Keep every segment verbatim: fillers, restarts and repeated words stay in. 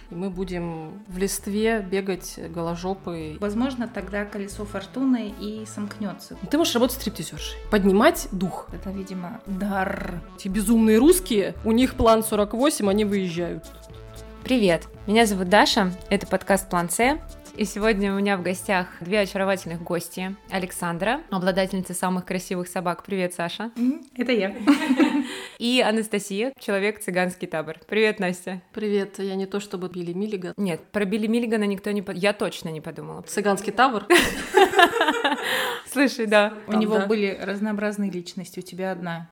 и мы будем в листве бегать голожопые. Возможно, тогда колесо фортуны и сомкнется. Ты можешь работать стриптизершей, поднимать дух. Это, видимо, дар. Эти безумные русские, у них план сорок восемь, они выезжают. Привет, меня зовут Даша, это подкаст «План С». И сегодня у меня в гостях две очаровательных гости. Александра, обладательница самых красивых собак. Привет, Саша. Это я. И Анастасия, человек цыганский табор. Привет, Настя. Привет, я не то чтобы Билли Миллиган. Нет, про Билли Миллигана никто не... Под... Я точно не подумала. Цыганский табор? Слушай, да. У него были разнообразные личности, у тебя одна.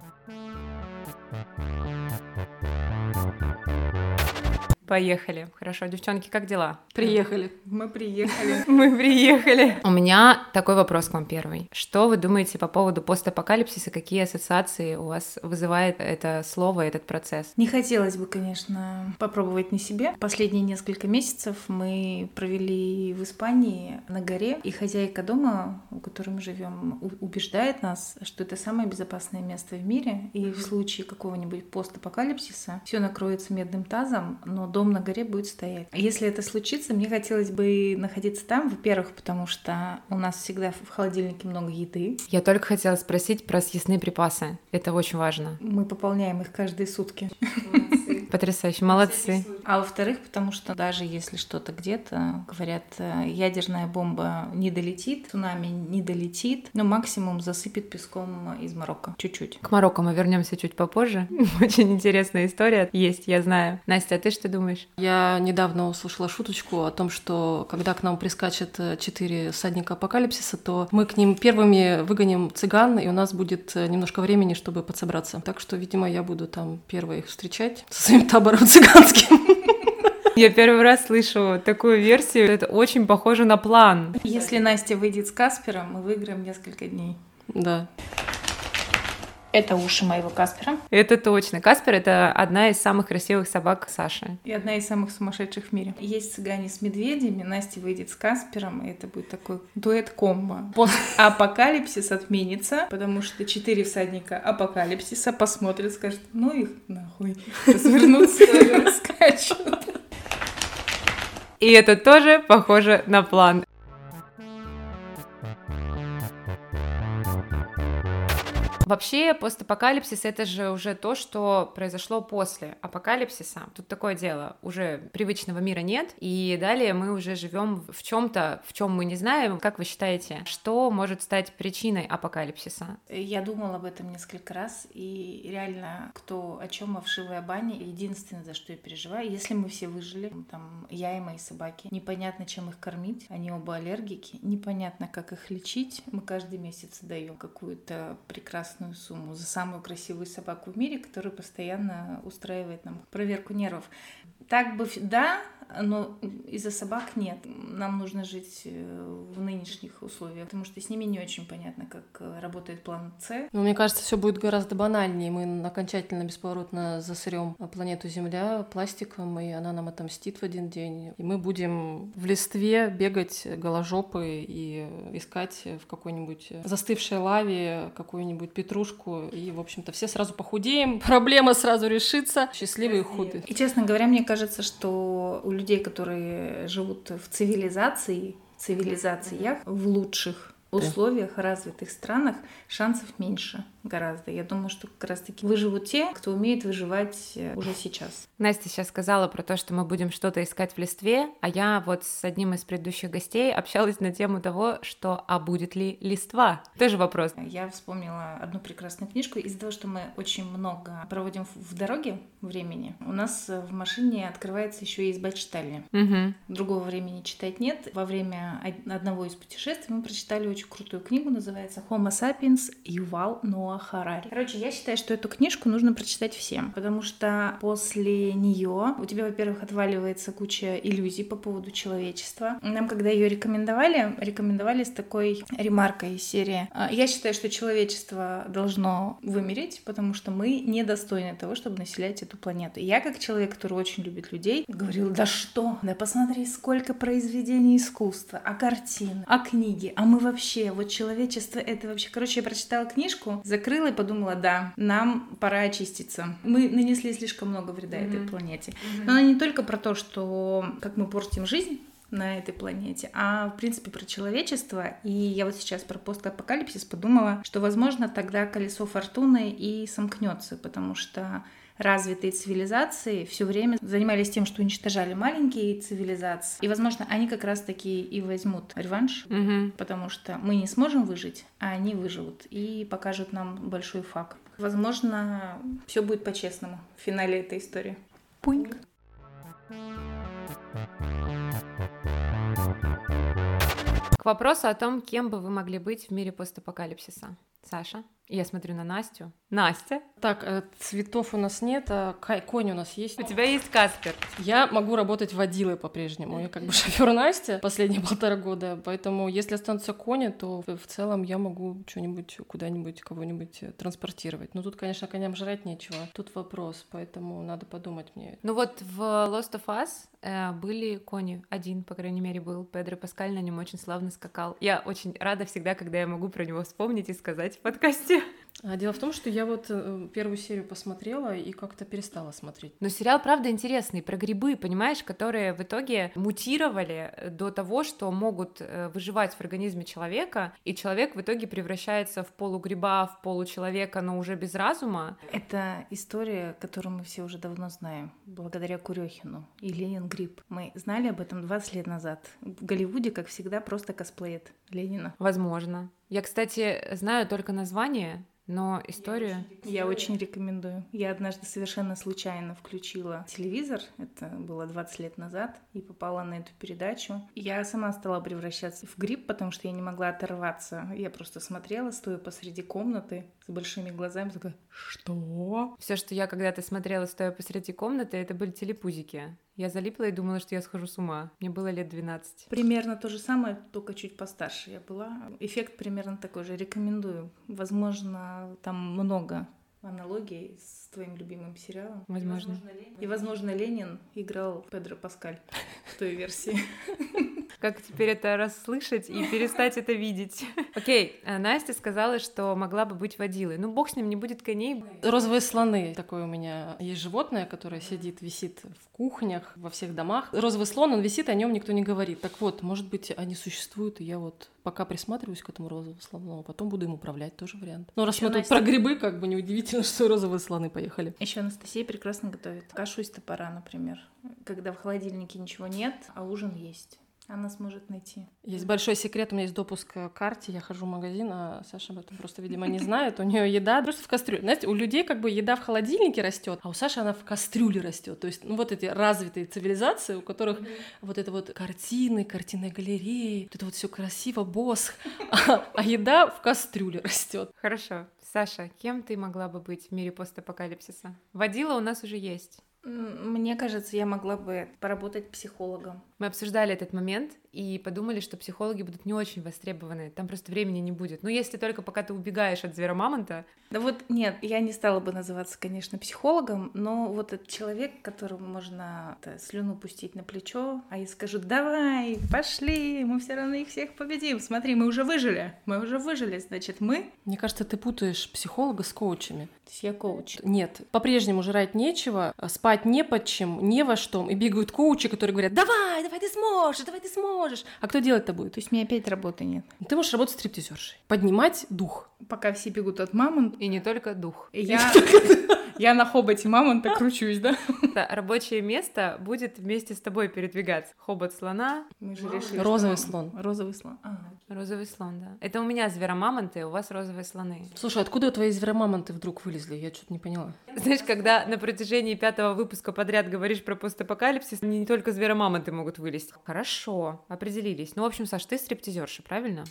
Поехали. Хорошо, девчонки, как дела? Приехали. Мы приехали. Мы приехали. У меня такой вопрос к вам первый. Что вы думаете по поводу постапокалипсиса? Какие ассоциации у вас вызывает это слово, этот процесс? Не хотелось бы, конечно, попробовать на себе. Последние несколько месяцев мы провели в Испании на горе, и хозяйка дома, у которой мы живем, убеждает нас, что это самое безопасное место в мире, и в случае какого-нибудь постапокалипсиса все накроется медным тазом, но дом Дом на горе будет стоять. Если это случится, мне хотелось бы находиться там, во-первых, потому что у нас всегда в холодильнике много еды. Я только хотела спросить про съестные припасы. Это очень важно. Мы пополняем их каждые сутки. Молодцы. Потрясающе, молодцы. А во-вторых, потому что даже если что-то где-то, говорят, ядерная бомба не долетит, цунами не долетит, но максимум засыпет песком из Марокко. Чуть-чуть. К Марокко мы вернемся чуть попозже. Очень интересная история есть, я знаю. Настя, а ты что думаешь? Я недавно услышала шуточку о том, что когда к нам прискачет четыре всадника апокалипсиса, то мы к ним первыми выгоним цыган, и у нас будет немножко времени, чтобы подсобраться. Так что, видимо, я буду там первой их встречать со своим табором цыганским. Я первый раз слышу такую версию. Это очень похоже на план. Если Настя выйдет с Каспером, мы выиграем несколько дней. Да. Это уши моего Каспера. Это точно. Каспер — это одна из самых красивых собак Саши. И одна из самых сумасшедших в мире. Есть цыгане с медведями, Настя выйдет с Каспером, и это будет такой дуэт-комбо. Постапокалипсис отменится, потому что четыре всадника апокалипсиса посмотрят, скажут, ну их нахуй, развернутся и раскачут. И это тоже похоже на план. Вообще, постапокалипсис — это же уже то, что произошло после апокалипсиса. Тут такое дело, уже привычного мира нет, и далее мы уже живем в чем-то, в чем мы не знаем. Как вы считаете, что может стать причиной апокалипсиса? Я думала об этом несколько раз, и реально, кто о чем, о вшивой бане, единственное, за что я переживаю, если мы все выжили, там, я и мои собаки, непонятно, чем их кормить, они оба аллергики, непонятно, как их лечить, мы каждый месяц даем какую-то прекрасную сумму за самую красивую собаку в мире, которая постоянно устраивает нам проверку нервов. Так бы, да, но из-за собак нет. Нам нужно жить в нынешних условиях, потому что с ними не очень понятно, как работает план С. Но мне кажется, все будет гораздо банальнее. Мы окончательно бесповоротно засрем планету Земля пластиком, и она нам отомстит в один день. И мы будем в листве бегать голожопые и искать в какой-нибудь застывшей лаве какую-нибудь петрушку. И, в общем-то, все сразу похудеем, проблема сразу решится, счастливые и худые. И, честно говоря, мне кажется, что у людей, которые живут в цивилизации, цивилизациях, в лучших условиях, развитых странах, шансов меньше гораздо. Я думаю, что как раз-таки выживут те, кто умеет выживать уже сейчас. Настя сейчас сказала про то, что мы будем что-то искать в листве, а я вот с одним из предыдущих гостей общалась на тему того, что а будет ли листва? Тоже вопрос. Я вспомнила одну прекрасную книжку. Из-за того, что мы очень много проводим в дороге времени, у нас в машине открывается еще и изба-читальня. Угу. Другого времени читать нет. Во время одного из путешествий мы прочитали очень крутую книгу, называется «Homo sapiens» Ювал Ноа Харари. Короче, я считаю, что эту книжку нужно прочитать всем, потому что после нее у тебя, во-первых, отваливается куча иллюзий по поводу человечества. Нам, когда ее рекомендовали, рекомендовали с такой ремаркой из серии: я считаю, что человечество должно вымереть, потому что мы недостойны того, чтобы населять эту планету. И я, как человек, который очень любит людей, говорила: да что? Да посмотри, сколько произведений искусства, а картин, а книги, а мы вообще, вот человечество это вообще... Короче, я прочитала книжку, за закрыла и подумала, да, нам пора очиститься. Мы нанесли слишком много вреда mm-hmm. этой планете. Mm-hmm. Но она не только про то, что как мы портим жизнь на этой планете, а в принципе про человечество. И я вот сейчас про постапокалипсис подумала, что, возможно, тогда колесо фортуны и сомкнется, потому что развитые цивилизации все время занимались тем, что уничтожали маленькие цивилизации. И, возможно, они как раз-таки и возьмут реванш, угу. потому что мы не сможем выжить, а они выживут и покажут нам большой факт. Возможно, все будет по-честному в финале этой истории. Пуньк. К вопросу о том, кем бы вы могли быть в мире постапокалипсиса. Саша? Я смотрю на Настю. Настя? Так, э, цветов у нас нет, а конь у нас есть. У тебя есть Каспер. Я могу работать водилой по-прежнему. Я как бы шофёр Настя последние полтора года, поэтому если останутся кони, то в целом я могу что-нибудь куда-нибудь, кого-нибудь транспортировать. Но тут, конечно, коням жрать нечего. Тут вопрос, поэтому надо подумать мне. Ну вот в Last of Us э, были кони. Один, по крайней мере, был. Педро Паскаль на нем очень славно скакал. Я очень рада всегда, когда я могу про него вспомнить и сказать в подкасте. А дело в том, что я вот первую серию посмотрела и как-то перестала смотреть. Но сериал, правда, интересный, про грибы, понимаешь, которые в итоге мутировали до того, что могут выживать в организме человека, и человек в итоге превращается в полугриба, в получеловека, но уже без разума. Это история, которую мы все уже давно знаем, благодаря Курехину и Ленин гриб. Мы знали об этом двадцать лет назад. В Голливуде, как всегда, просто косплеят Ленина. Возможно. Я, кстати, знаю только название, но историю... Я очень рекомендую. Я однажды совершенно случайно включила телевизор, это было двадцать лет назад, и попала на эту передачу. Я сама стала превращаться в гриб, потому что я не могла оторваться. Я просто смотрела, стоя посреди комнаты с большими глазами, такая, что? Все, что я когда-то смотрела, стоя посреди комнаты, это были телепузики. Я залипла и думала, что я схожу с ума. Мне было лет двенадцать. Примерно то же самое, только чуть постарше я была. Эффект примерно такой же. Рекомендую. Возможно, там много аналогий с твоим любимым сериалом. Возможно. И, возможно, Ленин играл Педро Паскаль в той версии. Как теперь это расслышать и перестать это видеть? Окей, Настя сказала, что могла бы быть водилой. Ну, бог с ним, не будет коней. Розовые слоны. Такое у меня есть животное, которое сидит, висит в кухнях, во всех домах. Розовый слон, он висит, о нем никто не говорит. Так вот, может быть, они существуют, и я вот пока присматриваюсь к этому розовому слону, а потом буду им управлять, тоже вариант. Ну, раз Ещё мы тут Настя... про грибы, как бы неудивительно, что розовые слоны поехали. Еще Анастасия прекрасно готовит кашу из топора, например. Когда в холодильнике ничего нет, а ужин есть. Она сможет найти. Есть большой секрет, у меня есть допуск к карте, я хожу в магазин, а Саша об этом просто, видимо, не знает. У нее еда просто в кастрюле. Знаете, у людей как бы еда в холодильнике растет, а у Саши она в кастрюле растет. То есть, ну вот эти развитые цивилизации, у которых mm-hmm. вот это вот картины, картинные галереи, вот это вот все красиво, босх, а, а еда в кастрюле растет. Хорошо. Саша, кем ты могла бы быть в мире постапокалипсиса? Водила у нас уже есть. Мне кажется, я могла бы поработать психологом. Мы обсуждали этот момент и подумали, что психологи будут не очень востребованы. Там просто времени не будет. Ну, если только пока ты убегаешь от зверомамонта. Да вот нет, я не стала бы называться, конечно, психологом, но вот этот человек, которому можно это, слюну пустить на плечо, а ей скажут: давай, пошли, мы все равно их всех победим. Смотри, мы уже выжили, мы уже выжили, значит, мы... Мне кажется, ты путаешь психолога с коучами. То есть я коуч. Нет, по-прежнему жрать нечего, спать не под чем, не во что, и бегают коучи, которые говорят: давай, давай ты сможешь, давай ты сможешь. А кто делать-то будет? То есть у меня опять работы нет. Ты можешь работать стриптизершей, поднимать дух. Пока все бегут от мамонта. И не только дух. Я... Я на хоботе мамонта кручусь, да? Да, рабочее место будет вместе с тобой передвигаться. Хобот слона. Мы же решили, розовый что... слон. Розовый слон. А, розовый слон, да. Это у меня зверомамонты, у вас розовые слоны. Слушай, откуда твои зверомамонты вдруг вылезли? Я что-то не поняла. Знаешь, когда на протяжении пятого выпуска подряд говоришь про постапокалипсис, не только зверомамонты могут вылезть. Хорошо, определились. Ну, в общем, Саш, ты стриптизерша, правильно?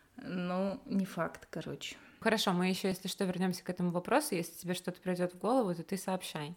Ну, не факт, короче. Хорошо, мы еще, если что, вернемся к этому вопросу. Если тебе что-то придет в голову, то ты сообщай.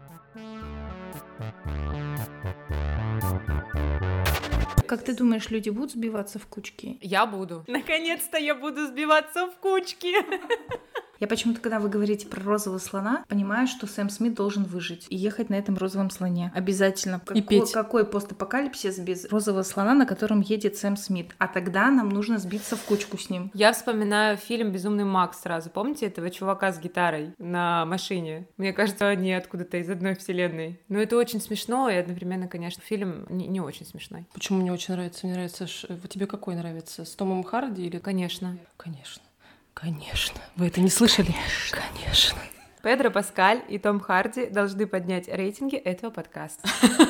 Как ты думаешь, люди будут сбиваться в кучки? Я буду. Наконец-то я буду сбиваться в кучки. Я почему-то, когда вы говорите про розового слона, понимаю, что Сэм Смит должен выжить и ехать на этом розовом слоне. Обязательно. И какой, петь. Какой постапокалипсис без розового слона, на котором едет Сэм Смит? А тогда нам нужно сбиться в кучку с ним. Я вспоминаю фильм «Безумный Макс» сразу. Помните этого чувака с гитарой на машине? Мне кажется, они откуда-то из одной вселенной. Но это очень смешно, и одновременно, конечно, фильм не, не очень смешной. Почему мне очень нравится? Мне нравится... ш- вот тебе какой нравится? С Томом Харди или... Конечно. Конечно. Конечно. Вы это не слышали? Конечно. Педро Паскаль и Том Харди должны поднять рейтинги этого подкаста.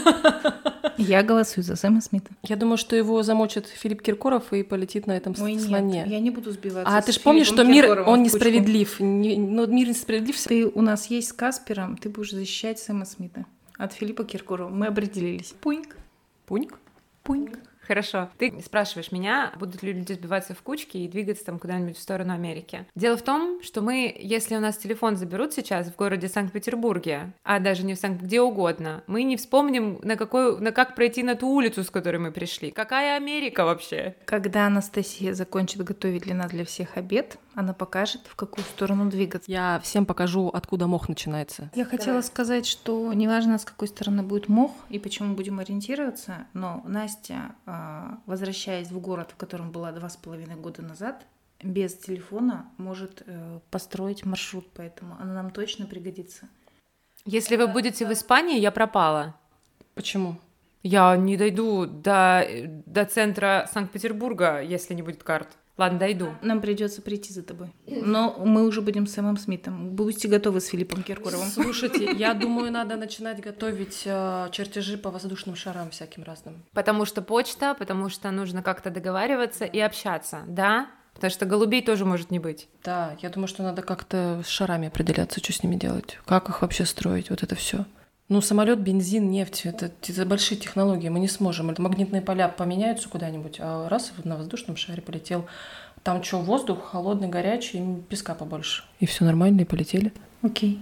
Я голосую за Сэма Смита. Я думаю, что его замочит Филипп Киркоров и полетит на этом Ой, слоне. нет, я не буду сбиваться. А с ты же помнишь, что Филиппом мир, Киркоровым он в кучку. несправедлив. Не- ну, мир несправедлив. Ты у нас есть с Каспером, ты будешь защищать Сэма Смита от Филиппа Киркорова. Мы определились. Пуньк. Пуньк. Пуньк. Хорошо. Ты спрашиваешь меня, будут ли люди сбиваться в кучки и двигаться там куда-нибудь в сторону Америки. Дело в том, что мы, если у нас телефон заберут сейчас в городе Санкт-Петербурге, а даже не в Санкт, где угодно, мы не вспомним, на какой, на как пройти на ту улицу, с которой мы пришли. Какая Америка вообще? Когда Анастасия закончит готовить для нас для всех обед, она покажет, в какую сторону двигаться. Я всем покажу, откуда мох начинается. Я хотела сказать, что неважно, с какой стороны будет мох и почему будем ориентироваться, но Настя, а, возвращаясь в город, в котором была два с половиной года назад, без телефона может э, построить маршрут, поэтому она нам точно пригодится. Если вы будете в Испании, я пропала. Почему? Я не дойду до, до центра Санкт-Петербурга, если не будет карт. Ладно, дойду. Нам придется прийти за тобой. Но мы уже будем с Сэмом Смитом. Будьте готовы с Филиппом Киркоровым. Слушайте, я думаю, надо начинать готовить э, чертежи по воздушным шарам всяким разным. Потому что почта, потому что нужно как-то договариваться и общаться, да? Потому что голубей тоже может не быть. Да, я думаю, что надо как-то с шарами определяться, что с ними делать, как их вообще строить, вот это все. Ну, самолет, бензин, нефть это, это большие технологии, мы не сможем. Это магнитные поля поменяются куда-нибудь, а раз на воздушном шаре полетел. Там что, воздух холодный, горячий, и песка побольше. И все нормально, и полетели. Окей.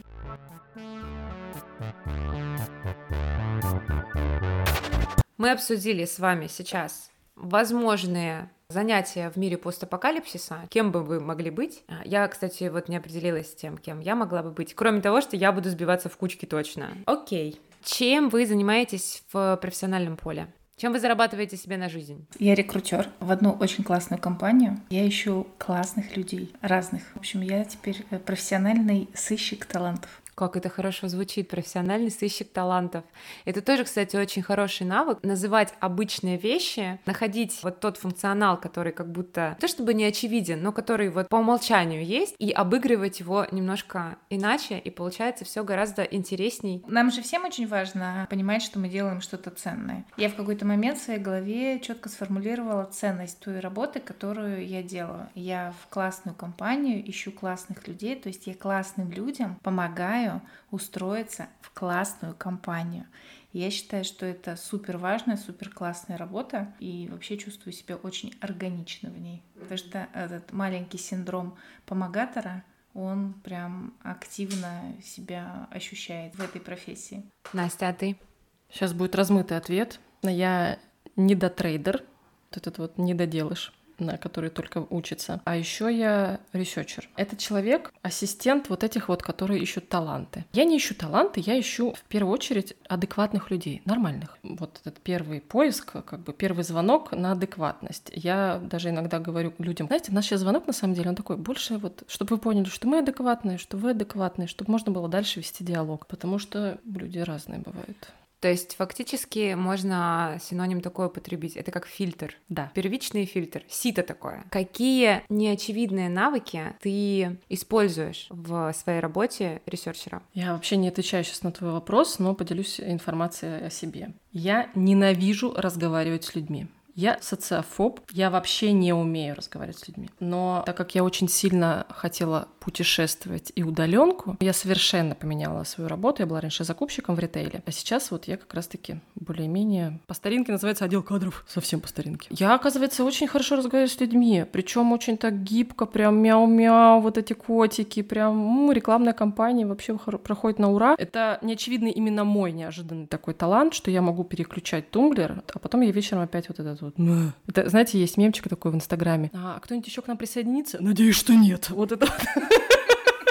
Мы обсудили с вами сейчас возможные занятия в мире постапокалипсиса, кем бы вы могли быть. Я, кстати, вот не определилась с тем, кем я могла бы быть, кроме того, что я буду сбиваться в кучки точно. Окей. Чем вы занимаетесь в профессиональном поле? Чем вы зарабатываете себе на жизнь? Я рекрутер в одну очень классную компанию. Я ищу классных людей, разных. В общем, я теперь профессиональный сыщик талантов. Как это хорошо звучит, профессиональный сыщик талантов. Это тоже, кстати, очень хороший навык. Называть обычные вещи, находить вот тот функционал, который как будто, не то чтобы не очевиден, но который вот по умолчанию есть, и обыгрывать его немножко иначе, и получается все гораздо интересней. Нам же всем очень важно понимать, что мы делаем что-то ценное. Я в какой-то момент в своей голове четко сформулировала ценность той работы, которую я делаю. Я в классную компанию ищу классных людей, то есть я классным людям помогаю устроиться в классную компанию. Я считаю, что это супер важная, супер классная работа, и вообще чувствую себя очень органично в ней. Потому что этот маленький синдром помогатора, он прям активно себя ощущает в этой профессии. Настя, а ты? Сейчас будет размытый ответ. Я недотрейдер, вот этот вот недоделыш, на который только учится. А еще я ресерчер. Это человек, ассистент вот этих вот, которые ищут таланты. Я не ищу таланты, я ищу в первую очередь адекватных людей, нормальных. Вот этот первый поиск, как бы первый звонок на адекватность. Я даже иногда говорю людям, знаете, наш сейчас звонок на самом деле, он такой, больше вот, чтобы вы поняли, что мы адекватные, что вы адекватные, чтобы можно было дальше вести диалог, потому что люди разные бывают. То есть фактически можно синоним такой употребить. Это как фильтр. Да. Первичный фильтр. Сито такое. Какие неочевидные навыки ты используешь в своей работе ресерчера? Я вообще не отвечаю сейчас на твой вопрос, но поделюсь информацией о себе. Я ненавижу разговаривать с людьми. Я социофоб, я вообще не умею разговаривать с людьми. Но так как я очень сильно хотела путешествовать и удаленку, я совершенно поменяла свою работу. Я была раньше закупщиком в ритейле, а сейчас вот я как раз-таки более-менее по старинке называется отдел кадров, совсем по старинке. Я, оказывается, очень хорошо разговариваю с людьми, причем очень так гибко, прям мяу-мяу, вот эти котики, прям м, рекламная кампания вообще проходит на ура. Это неочевидный именно мой неожиданный такой талант, что я могу переключать тумблер, а потом я вечером опять вот этот вот. Это, знаете, есть мемчик такой в Инстаграме. А кто-нибудь еще к нам присоединится? Надеюсь, что нет. Вот это вот.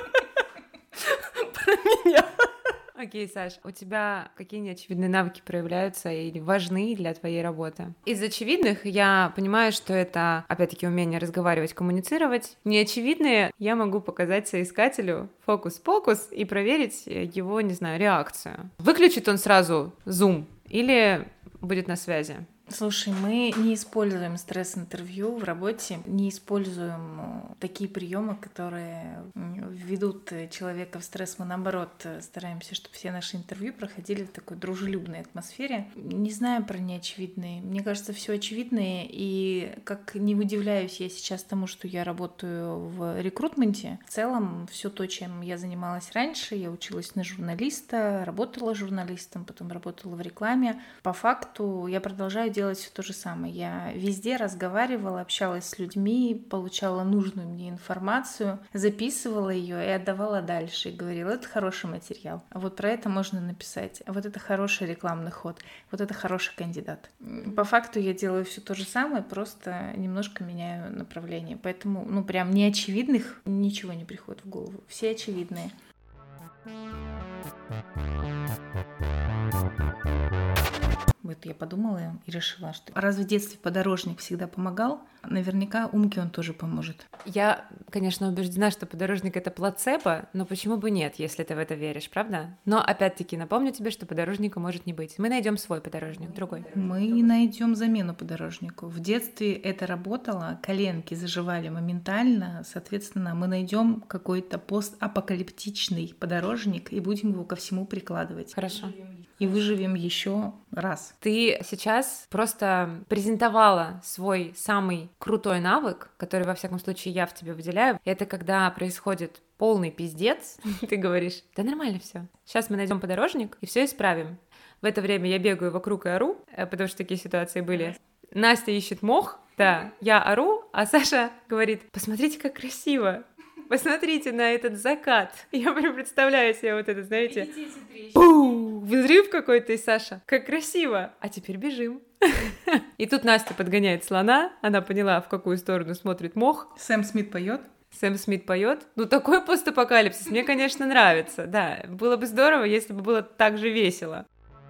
Окей, Саш, у тебя какие неочевидные навыки проявляются или важны для твоей работы? Из очевидных я понимаю, что это, опять-таки, умение разговаривать, коммуницировать. Неочевидные я могу показать соискателю фокус-покус и проверить его, не знаю, реакцию. Выключит он сразу Zoom или будет на связи? Слушай, мы не используем стресс-интервью в работе, не используем такие приемы, которые введут человека в стресс. Мы, наоборот, стараемся, чтобы все наши интервью проходили в такой дружелюбной атмосфере. Не знаю про неочевидные. Мне кажется, все очевидное. И как не удивляюсь я сейчас тому, что я работаю в рекрутменте, в целом все то, чем я занималась раньше, я училась на журналиста, работала журналистом, потом работала в рекламе. По факту я продолжаю делать делать все то же самое. Я везде разговаривала, общалась с людьми, получала нужную мне информацию, записывала ее и отдавала дальше. И говорила, это хороший материал. А вот про это можно написать. А вот это хороший рекламный ход. Вот это хороший кандидат. По факту я делаю все то же самое, просто немножко меняю направление. Поэтому, ну, прям неочевидных ничего не приходит в голову. Все очевидные. Вот я подумала и решила, что раз в детстве подорожник всегда помогал, наверняка Умке он тоже поможет. Я, конечно, убеждена, что подорожник — это плацебо, но почему бы нет, если ты в это веришь, правда? Но опять-таки напомню тебе, что подорожника может не быть. Мы найдем свой подорожник, другой. Мы найдем замену подорожнику. В детстве это работало, коленки заживали моментально, соответственно, мы найдем какой-то постапокалиптичный подорожник и будем его ко всему прикладывать. Хорошо. И выживем еще раз. Ты сейчас просто презентовала свой самый крутой навык, который, во всяком случае, я в тебе выделяю. Это когда происходит полный пиздец, ты говоришь, да нормально все. Сейчас мы найдем подорожник и все исправим. В это время я бегаю вокруг и ору, потому что такие ситуации были. Настя ищет мох, да, я ору, а Саша говорит, посмотрите, как красиво. Посмотрите на этот закат. Я прям представляю себе вот это, знаете, Пу! Взрыв какой-то, и Саша, как красиво. А теперь бежим. И тут Настя подгоняет слона, она поняла, в какую сторону смотрит мох. Сэм Смит поет. Сэм Смит поет. Ну, такой постапокалипсис мне, конечно, нравится. Да, было бы здорово, если бы было так же весело.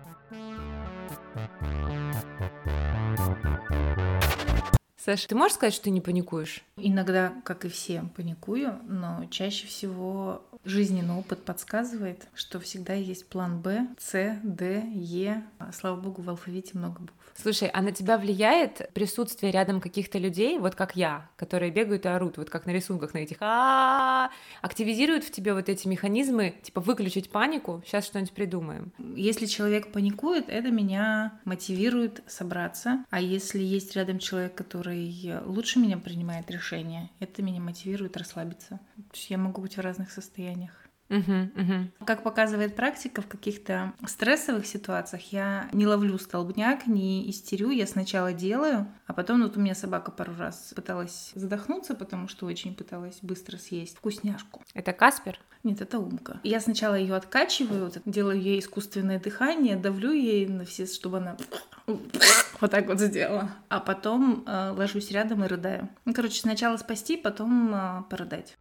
Саша, ты можешь сказать, что ты не паникуешь? Иногда, как и все, паникую, но чаще всего жизненный опыт подсказывает, что всегда есть план Б, С, Д, Е. Слава богу, в алфавите много букв. Слушай, а на тебя влияет присутствие рядом каких-то людей, вот как я, которые бегают и орут, вот как на рисунках на этих, а активизируют в тебе вот эти механизмы, типа выключить панику, сейчас что-нибудь придумаем? Если человек паникует, это меня мотивирует собраться, а если есть рядом человек, который лучше меня принимает решения, это меня мотивирует расслабиться. Я могу быть в разных состояниях. Uh-huh, uh-huh. Как показывает практика, в каких-то стрессовых ситуациях я не ловлю столбняк, не истерю, я сначала делаю, а потом, ну, вот у меня собака пару раз пыталась задохнуться, потому что очень пыталась быстро съесть вкусняшку. Это Каспер? Нет, это Умка. Я сначала ее откачиваю, вот, делаю ей искусственное дыхание, давлю ей на все, чтобы она вот так вот сделала, а потом э, ложусь рядом и рыдаю. Ну, короче, сначала спасти, потом э, порыдать.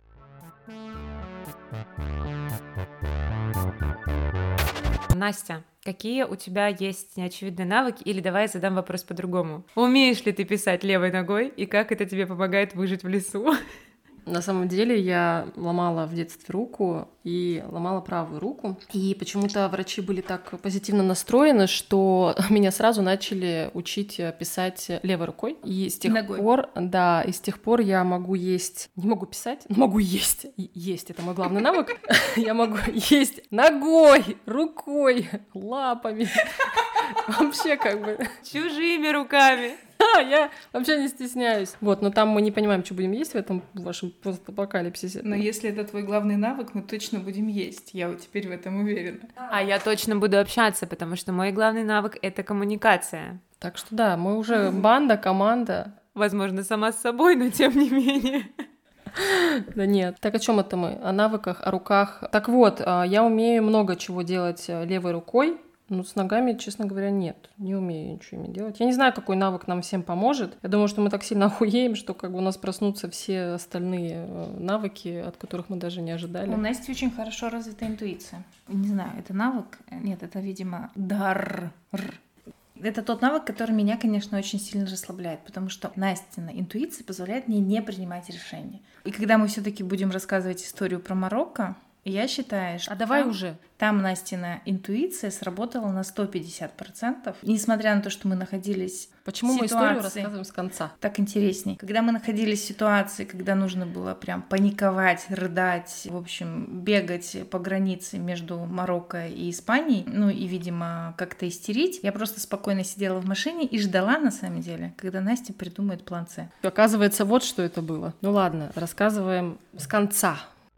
Настя, какие у тебя есть неочевидные навыки? Или давай я задам вопрос по-другому. Умеешь ли ты писать левой ногой, и как это тебе помогает выжить в лесу? На самом деле я ломала в детстве руку и ломала правую руку. И почему-то врачи были так позитивно настроены, что меня сразу начали учить писать левой рукой. И с тех Ногой. пор, да, и с тех пор я могу есть, не могу писать, но могу есть. Есть — это мой главный навык. Я могу есть ногой, рукой, лапами. Вообще как бы... Чужими руками. Да, я вообще не стесняюсь. Вот, но там мы не понимаем, что будем есть в этом вашем постапокалипсисе. Но если это твой главный навык, мы точно будем есть. Я вот теперь в этом уверена. А я точно буду общаться, потому что мой главный навык — это коммуникация. Так что да, мы уже банда, команда. Возможно, сама с собой, но тем не менее. Да нет. Так о чем это мы? О навыках, о руках. Так вот, я умею много чего делать левой рукой. Ну, с ногами, честно говоря, нет. Не умею ничего ими делать. Я не знаю, какой навык нам всем поможет. Я думаю, что мы так сильно охуеем, что как бы у нас проснутся все остальные навыки, от которых мы даже не ожидали. У Насти очень хорошо развита интуиция. Не знаю, это навык? Нет, это, видимо, дар. Это тот навык, который меня, конечно, очень сильно расслабляет, потому что Настина интуиция позволяет мне не принимать решения. И когда мы все-таки будем рассказывать историю про Марокко, я считаю, что... А давай там, уже. Там Настина интуиция сработала на сто пятьдесят процентов. Несмотря на то, что мы находились Почему в мы ситуации... историю рассказываем с конца? Так интересней. Когда мы находились в ситуации, когда нужно было прям паниковать, рыдать, в общем, бегать по границе между Марокко и Испанией, ну и, видимо, как-то истерить, я просто спокойно сидела в машине и ждала, на самом деле, когда Настя придумает план С. Оказывается, вот что это было. Ну ладно, рассказываем с конца.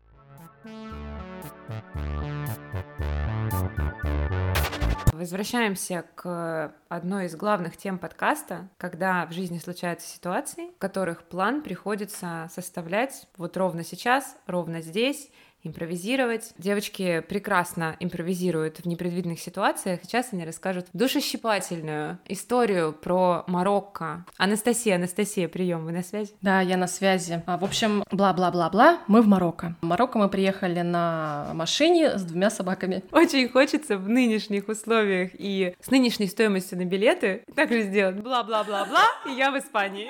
Возвращаемся к одной из главных тем подкаста, когда в жизни случаются ситуации, в которых план приходится составлять вот ровно сейчас, ровно здесь, импровизировать. Девочки прекрасно импровизируют в непредвиденных ситуациях. Сейчас они расскажут душещипательную историю про Марокко. Анастасия, Анастасия, прием, вы на связи? Да, я на связи. А, в общем, бла-бла-бла-бла, мы в Марокко. В Марокко мы приехали на машине с двумя собаками. Очень хочется в нынешних условиях и с нынешней стоимостью на билеты также сделать бла-бла-бла-бла, и я в Испании.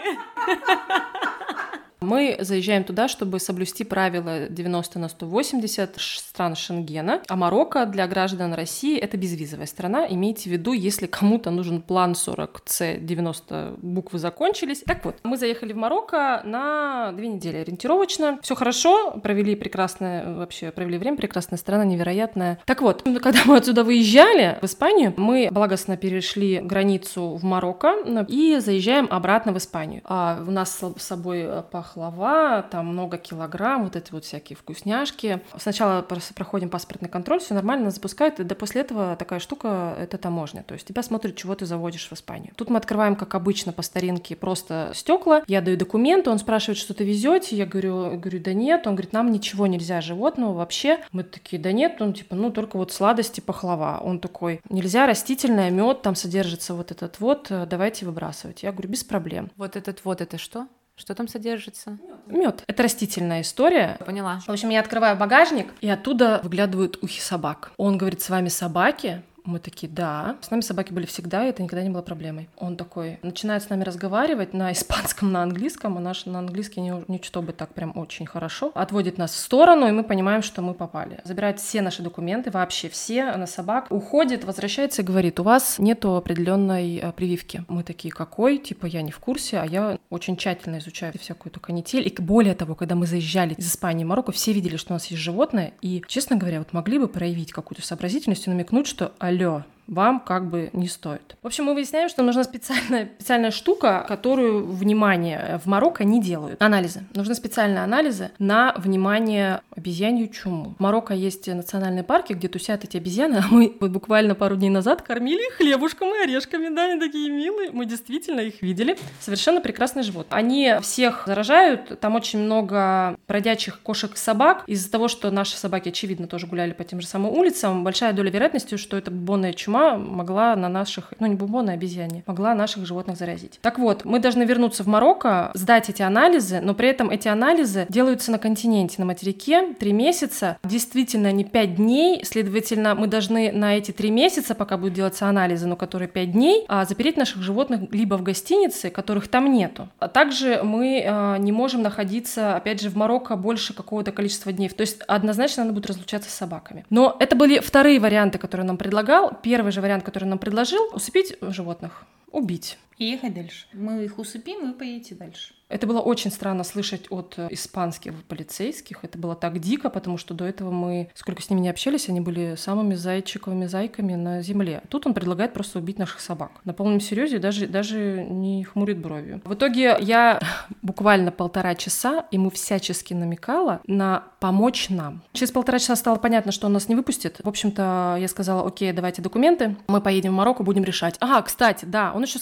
Мы заезжаем туда, чтобы соблюсти правила девяносто на сто восемьдесят стран Шенгена, а Марокко для граждан России — это безвизовая страна. Имейте в виду, если кому-то нужен план сорок С, девяносто буквы закончились. Так вот, мы заехали в Марокко на две недели ориентировочно. Все хорошо, провели прекрасное, вообще провели время, прекрасная страна, невероятная. Так вот, когда мы отсюда выезжали в Испанию, мы благостно перешли границу в Марокко и заезжаем обратно в Испанию. А у нас с собой пахло пахлава, там много килограмм, вот эти вот всякие вкусняшки. Сначала проходим паспортный контроль, все нормально, нас запускают, и да после этого такая штука — это таможня, то есть тебя смотрят, чего ты заводишь в Испанию. Тут мы открываем, как обычно, по старинке просто стекла, я даю документы, он спрашивает, что ты везете, я говорю, говорю, да нет, он говорит, нам ничего нельзя животного вообще. Мы такие, да нет, он типа, ну только вот сладости, пахлава. Он такой, нельзя растительное, мед, там содержится вот этот вот, давайте выбрасывать. Я говорю, без проблем. Вот этот вот, это что? Что там содержится? Мед. Это растительная история. Поняла. В общем, я открываю багажник, и оттуда выглядывают ухи собак. Он говорит, с вами собаки? Мы такие, да. С нами собаки были всегда, и это никогда не было проблемой. Он такой начинает с нами разговаривать на испанском, на английском, а наш на английский не, не чтобы так прям очень хорошо. Отводит нас в сторону, и мы понимаем, что мы попали. Забирает все наши документы, вообще все, на собак. Уходит, возвращается и говорит, у вас нету определенной а, прививки. Мы такие, какой? Типа, я не в курсе, а я очень тщательно изучаю всякую эту канитель. И более того, когда мы заезжали из Испании в Марокко, все видели, что у нас есть животное, и, честно говоря, вот могли бы проявить какую-то сообразительность и намекнуть, что алло, вам как бы не стоит. В общем, мы выясняем, что нужна специальная, специальная штука, которую, внимание, в Марокко не делают. Анализы. Нужны специальные анализы на, внимание, обезьянью чуму. В Марокко есть национальные парки, где тусят эти обезьяны, а мы вот буквально пару дней назад кормили их хлебушком и орешками. Да, они такие милые. Мы действительно их видели. Совершенно прекрасные животные. Они всех заражают. Там очень много бродячих кошек и собак. Из-за того, что наши собаки, очевидно, тоже гуляли по тем же самым улицам, большая доля вероятности, что это бубонная чума могла на наших, ну не бубон, а обезьяне, могла наших животных заразить. Так вот, мы должны вернуться в Марокко, сдать эти анализы, но при этом эти анализы делаются на континенте, на материке, три месяца, действительно не пять дней, следовательно, мы должны на эти три месяца, пока будут делаться анализы, но которые пять дней, запереть наших животных либо в гостинице, которых там нету, а также мы э, не можем находиться, опять же, в Марокко больше какого-то количества дней, то есть однозначно надо будет разлучаться с собаками. Но это были вторые варианты, которые он нам предлагал. Первый же вариант, который он нам предложил, усыпить животных, убить. И ехать дальше. Мы их усыпим, и вы поедете дальше. Это было очень странно слышать от испанских полицейских. Это было так дико, потому что до этого мы, сколько с ними не общались, они были самыми зайчиковыми зайками на земле. Тут он предлагает просто убить наших собак. На полном серьезе, даже, даже не хмурит бровью. В итоге я буквально полтора часа ему всячески намекала на помочь нам. Через полтора часа стало понятно, что он нас не выпустит. В общем-то, я сказала, окей, давайте документы, мы поедем в Марокко, будем решать. Ага, кстати, да, он еще сказал, что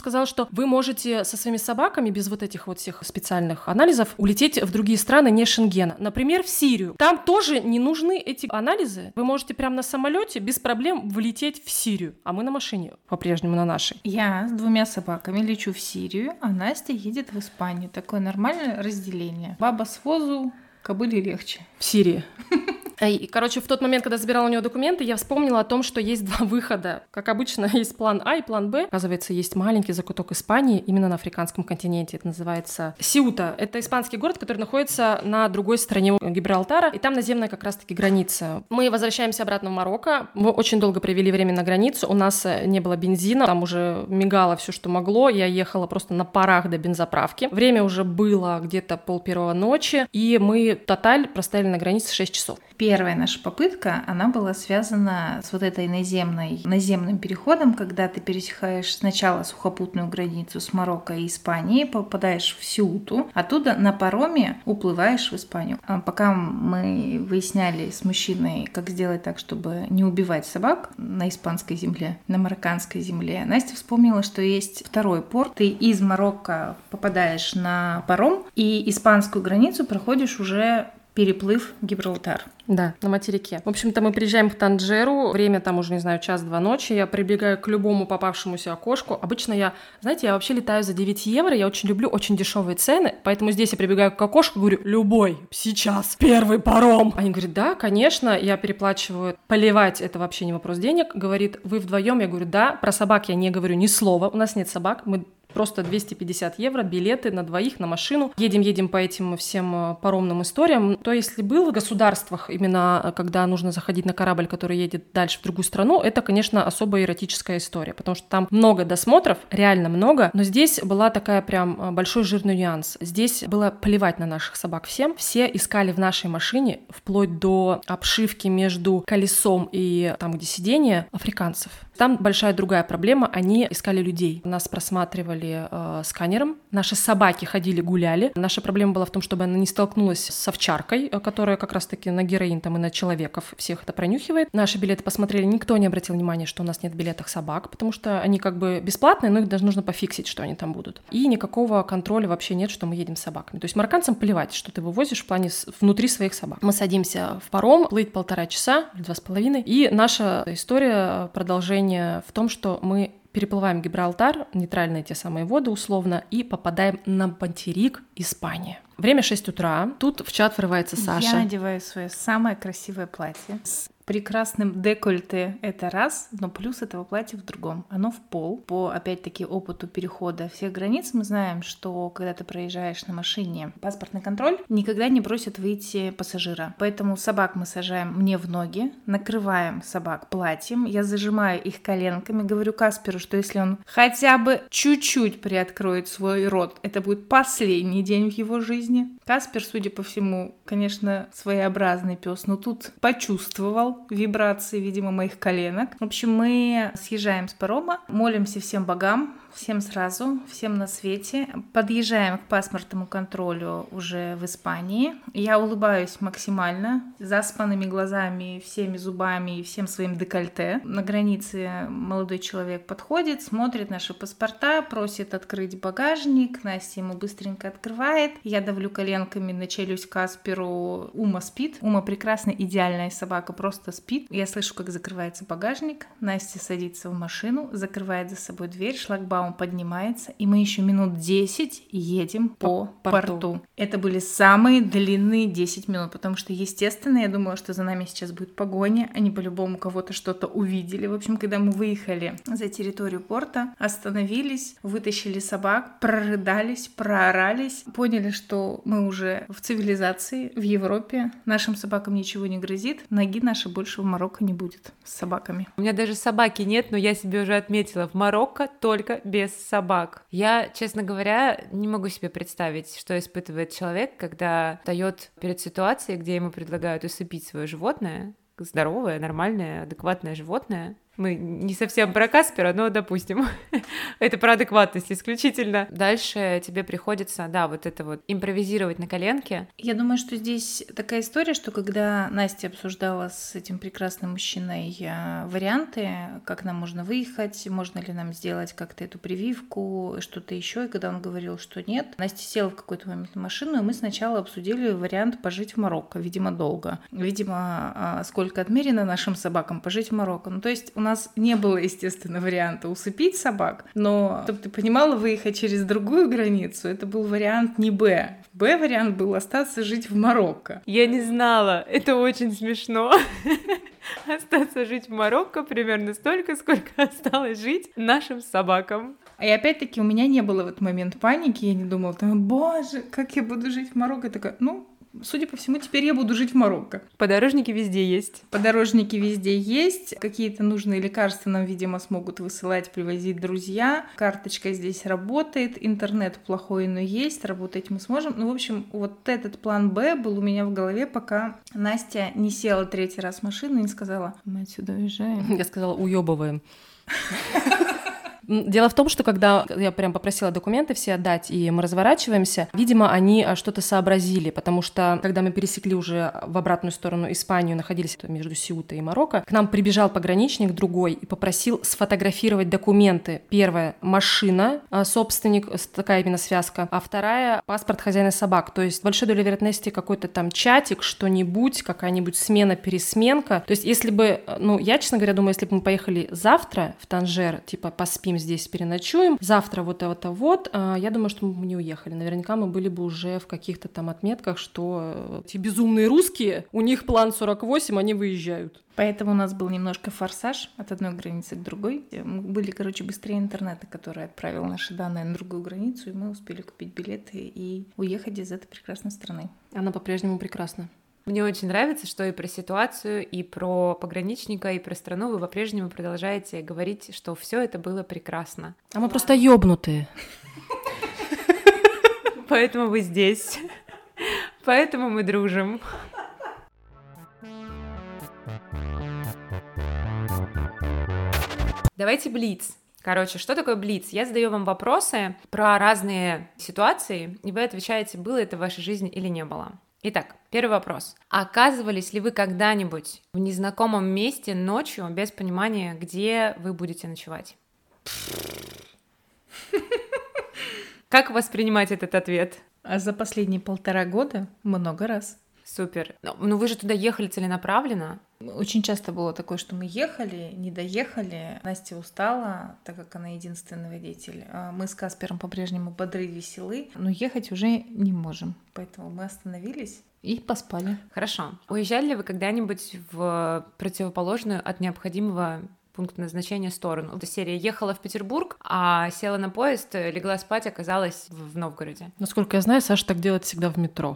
вы можете со своими собаками без вот этих вот всех специальных анализов улететь в другие страны не Шенгена. Например, в Сирию. Там тоже не нужны эти анализы. Вы можете прямо на самолете без проблем влететь в Сирию. А мы на машине по-прежнему на нашей. Я с двумя собаками лечу в Сирию, а Настя едет в Испанию. Такое нормальное разделение. Баба с возу, кобыле легче. В Сирии. И, короче, в тот момент, когда забирала у него документы, я вспомнила о том, что есть два выхода. Как обычно, есть план А и план Б. Оказывается, есть маленький закуток Испании именно на африканском континенте. Это называется Сеута. Это испанский город, который находится на другой стороне Гибралтара, и там наземная как раз-таки граница. Мы возвращаемся обратно в Марокко. Мы очень долго провели время на границу. У нас не было бензина, там уже мигало все, что могло. Я ехала просто на парах до бензоправки. Время уже было где-то пол первого ночи, и мы тоталь простояли на границе шесть часов. Первая наша попытка, она была связана с вот этой наземной, наземным переходом, когда ты пересекаешь сначала сухопутную границу с Марокко и Испанией, попадаешь в Сеуту, оттуда на пароме уплываешь в Испанию. А пока мы выясняли с мужчиной, как сделать так, чтобы не убивать собак на испанской земле, на марокканской земле, Настя вспомнила, что есть второй порт. Ты из Марокко попадаешь на паром и испанскую границу проходишь уже переплыв Гибралтар. Да, на материке. В общем-то, мы приезжаем в Танджеру, время там уже, не знаю, час-два ночи, я прибегаю к любому попавшемуся окошку. Обычно я, знаете, я вообще летаю за девять евро, я очень люблю очень дешевые цены, поэтому здесь я прибегаю к окошку, говорю, любой, сейчас, первый паром. Они говорят, да, конечно, я переплачиваю, поливать это вообще не вопрос денег. Говорит, вы вдвоем? Я говорю, да, про собак я не говорю ни слова, у нас нет собак, мы просто двести пятьдесят евро, билеты на двоих, на машину. Едем-едем по этим всем паромным историям. То, если было в государствах, именно когда нужно заходить на корабль, который едет дальше в другую страну, это, конечно, особо эротическая история, потому что там много досмотров, реально много, но здесь была такая прям большой жирный нюанс. Здесь было плевать на наших собак всем. Все искали в нашей машине, вплоть до обшивки между колесом и там, где сиденье, африканцев. Там большая другая проблема, они искали людей. Нас просматривали э, сканером, наши собаки ходили, гуляли. Наша проблема была в том, чтобы она не столкнулась с овчаркой, которая как раз-таки на героин там, и на человеков всех это пронюхивает. Наши билеты посмотрели, никто не обратил внимания, что у нас нет в билетах собак, потому что они как бы бесплатные, но их даже нужно пофиксить, что они там будут. И никакого контроля вообще нет, что мы едем с собаками. То есть марокканцам плевать, что ты вывозишь в плане внутри своих собак. Мы садимся в паром, плыть полтора часа, два с половиной, и наша история продолжение в том, что мы переплываем Гибралтар, нейтральные те самые воды условно, и попадаем на материк Испании. Время шесть утра. Тут в чат врывается Саша. Я надеваю свое самое красивое платье с прекрасным декольте, это раз, но плюс этого платья в другом. Оно в пол. По, опять-таки, опыту перехода всех границ мы знаем, что когда ты проезжаешь на машине паспортный контроль, никогда не просят выйти пассажира. Поэтому собак мы сажаем мне в ноги, накрываем собак платьем, я зажимаю их коленками, говорю Касперу, что если он хотя бы чуть-чуть приоткроет свой рот, это будет последний день в его жизни. Каспер, судя по всему, конечно, своеобразный пес, но тут почувствовал вибрации, видимо, моих коленок. В общем, мы съезжаем с парома, молимся всем богам, всем сразу, всем на свете. Подъезжаем к паспортному контролю уже в Испании. Я улыбаюсь максимально, заспанными глазами, всеми зубами и всем своим декольте. На границе молодой человек подходит, смотрит наши паспорта, просит открыть багажник. Настя ему быстренько открывает. Я давлю коленками на челюсть Касперу. Ума спит. Ума прекрасная, идеальная собака, просто спит. Я слышу, как закрывается багажник. Настя садится в машину, закрывает за собой дверь, шлагбаум поднимается, и мы еще минут десять едем по, по порту. порту. Это были самые длинные десять минут, потому что, естественно, я думала, что за нами сейчас будет погоня, они по-любому кого-то что-то увидели. В общем, когда мы выехали за территорию порта, остановились, вытащили собак, прорыдались, проорались, поняли, что мы уже в цивилизации, в Европе, нашим собакам ничего не грозит, ноги наши больше в Марокко не будет с собаками. У меня даже собаки нет, но я себе уже отметила, в Марокко только без собак. Я, честно говоря, не могу себе представить, что испытывает человек, когда встает перед ситуацией, где ему предлагают усыпить свое животное, здоровое, нормальное, адекватное животное, Мы не совсем про Каспера, но допустим. Это про адекватность исключительно. Дальше тебе приходится, да, вот это вот импровизировать на коленке. Я думаю, что здесь такая история, что когда Настя обсуждала с этим прекрасным мужчиной варианты, как нам можно выехать, можно ли нам сделать как-то эту прививку, что-то еще, и когда он говорил, что нет, Настя села в какой-то момент на машину, и мы сначала обсудили вариант пожить в Марокко, видимо, долго. Видимо, сколько отмерено нашим собакам пожить в Марокко. Ну, то есть у нас не было, естественно, варианта усыпить собак, но, чтобы ты понимала, выехать через другую границу, это был вариант не Б. Б-вариант был остаться жить в Марокко. Я не знала, это очень смешно. Остаться жить в Марокко примерно столько, сколько осталось жить нашим собакам. И опять-таки у меня не было в этот момент паники, я не думала, там, боже, как я буду жить в Марокко. Я такая, ну, судя по всему, теперь я буду жить в Марокко. Подорожники везде есть. Подорожники везде есть. Какие-то нужные лекарства нам, видимо, смогут высылать, привозить друзья. Карточка здесь работает, интернет плохой, но есть, работать мы сможем. Ну, в общем, вот этот план Б был у меня в голове, пока Настя не села третий раз в машину и не сказала, мы отсюда уезжаем. Я сказала, уёбываем. Дело в том, что когда я прям попросила документы все отдать, и мы разворачиваемся, видимо, они что-то сообразили, потому что, когда мы пересекли уже в обратную сторону Испанию, находились между Сеутой и Марокко, к нам прибежал пограничник другой и попросил сфотографировать документы. Первая — машина, собственник, такая именно связка, а вторая — паспорт хозяина собак. То есть с большой долей вероятности какой-то там чатик, что-нибудь, какая-нибудь смена-пересменка. То есть если бы, ну, я, честно говоря, думаю, если бы мы поехали завтра в Танжер, типа поспим здесь, переночуем, завтра вот это вот, я думаю, что мы бы не уехали. Наверняка мы были бы уже в каких-то там отметках, что эти безумные русские, у них план сорок восемь, они выезжают. Поэтому у нас был немножко форсаж от одной границы к другой. Мы были, короче, быстрее интернета, который отправил наши данные на другую границу, и мы успели купить билеты и уехать из этой прекрасной страны. Она по-прежнему прекрасна. Мне очень нравится, что и про ситуацию, и про пограничника, и про страну вы по-прежнему продолжаете говорить, что все это было прекрасно. А мы просто ёбнутые. Поэтому вы здесь. Поэтому мы дружим. Давайте блиц. Короче, что такое блиц? Я задаю вам вопросы про разные ситуации, и вы отвечаете, было это в вашей жизни или не было. Итак, первый вопрос. Оказывались ли вы когда-нибудь в незнакомом месте ночью без понимания, где вы будете ночевать? Как воспринимать этот ответ? А за последние полтора года много раз. Супер. Ну вы же туда ехали целенаправленно. Очень часто было такое, что мы ехали, не доехали. Настя устала, так как она единственный водитель. Мы с Каспером по-прежнему бодры, веселы, но ехать уже не можем. Поэтому мы остановились и поспали. Хорошо. Уезжали ли вы когда-нибудь в противоположную от необходимого пункта назначения сторону? Эта серия ехала в Петербург, а села на поезд, легла спать, оказалась в Новгороде. Насколько я знаю, Саша так делает всегда в метро.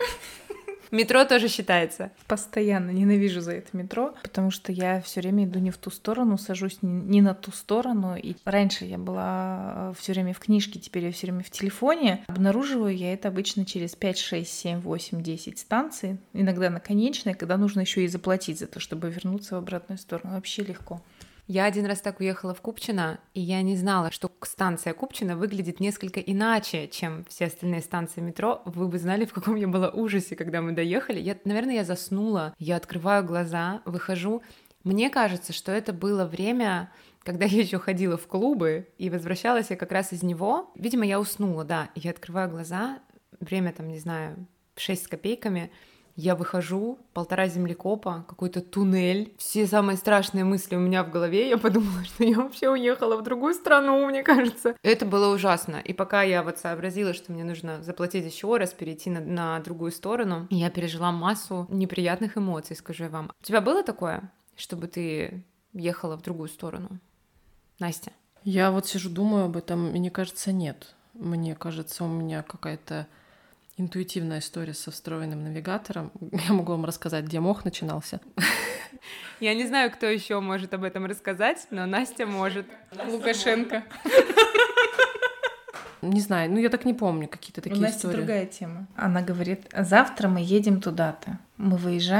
Метро тоже считается. Постоянно ненавижу за это метро, потому что я все время иду не в ту сторону, сажусь не на ту сторону. И раньше я была все время в книжке, теперь я все время в телефоне. Обнаруживаю я это обычно через пять, шесть, семь, восемь, десять станций, иногда на конечной, когда нужно еще и заплатить за то, чтобы вернуться в обратную сторону. Вообще легко. Я один раз так уехала в Купчино, и я не знала, что станция Купчино выглядит несколько иначе, чем все остальные станции метро. Вы бы знали, в каком я была ужасе, когда мы доехали. Я, наверное, я заснула. Я открываю глаза, выхожу. Мне кажется, что это было время, когда я еще ходила в клубы, и возвращалась я как раз из него. Видимо, я уснула, да. Я открываю глаза, время там, не знаю, шесть с копейками. Я выхожу, полтора землекопа, какой-то туннель. Все самые страшные мысли у меня в голове. Я подумала, что я вообще уехала в другую страну, мне кажется. Это было ужасно. И пока я вот сообразила, что мне нужно заплатить еще раз, перейти на, на другую сторону, я пережила массу неприятных эмоций, скажу я вам. У тебя было такое, чтобы ты ехала в другую сторону? Настя? Я вот сижу, думаю об этом, и мне кажется, нет. Мне кажется, у меня какая-то интуитивная история со встроенным навигатором. Я могу вам рассказать, где мох начинался. Я не знаю, кто еще может об этом рассказать, но Настя может. Лукашенко. Не знаю, ну я так не помню какие-то такие истории. У Насти истории. Другая тема. Она говорит, завтра мы едем туда-то. Мы выезжаем,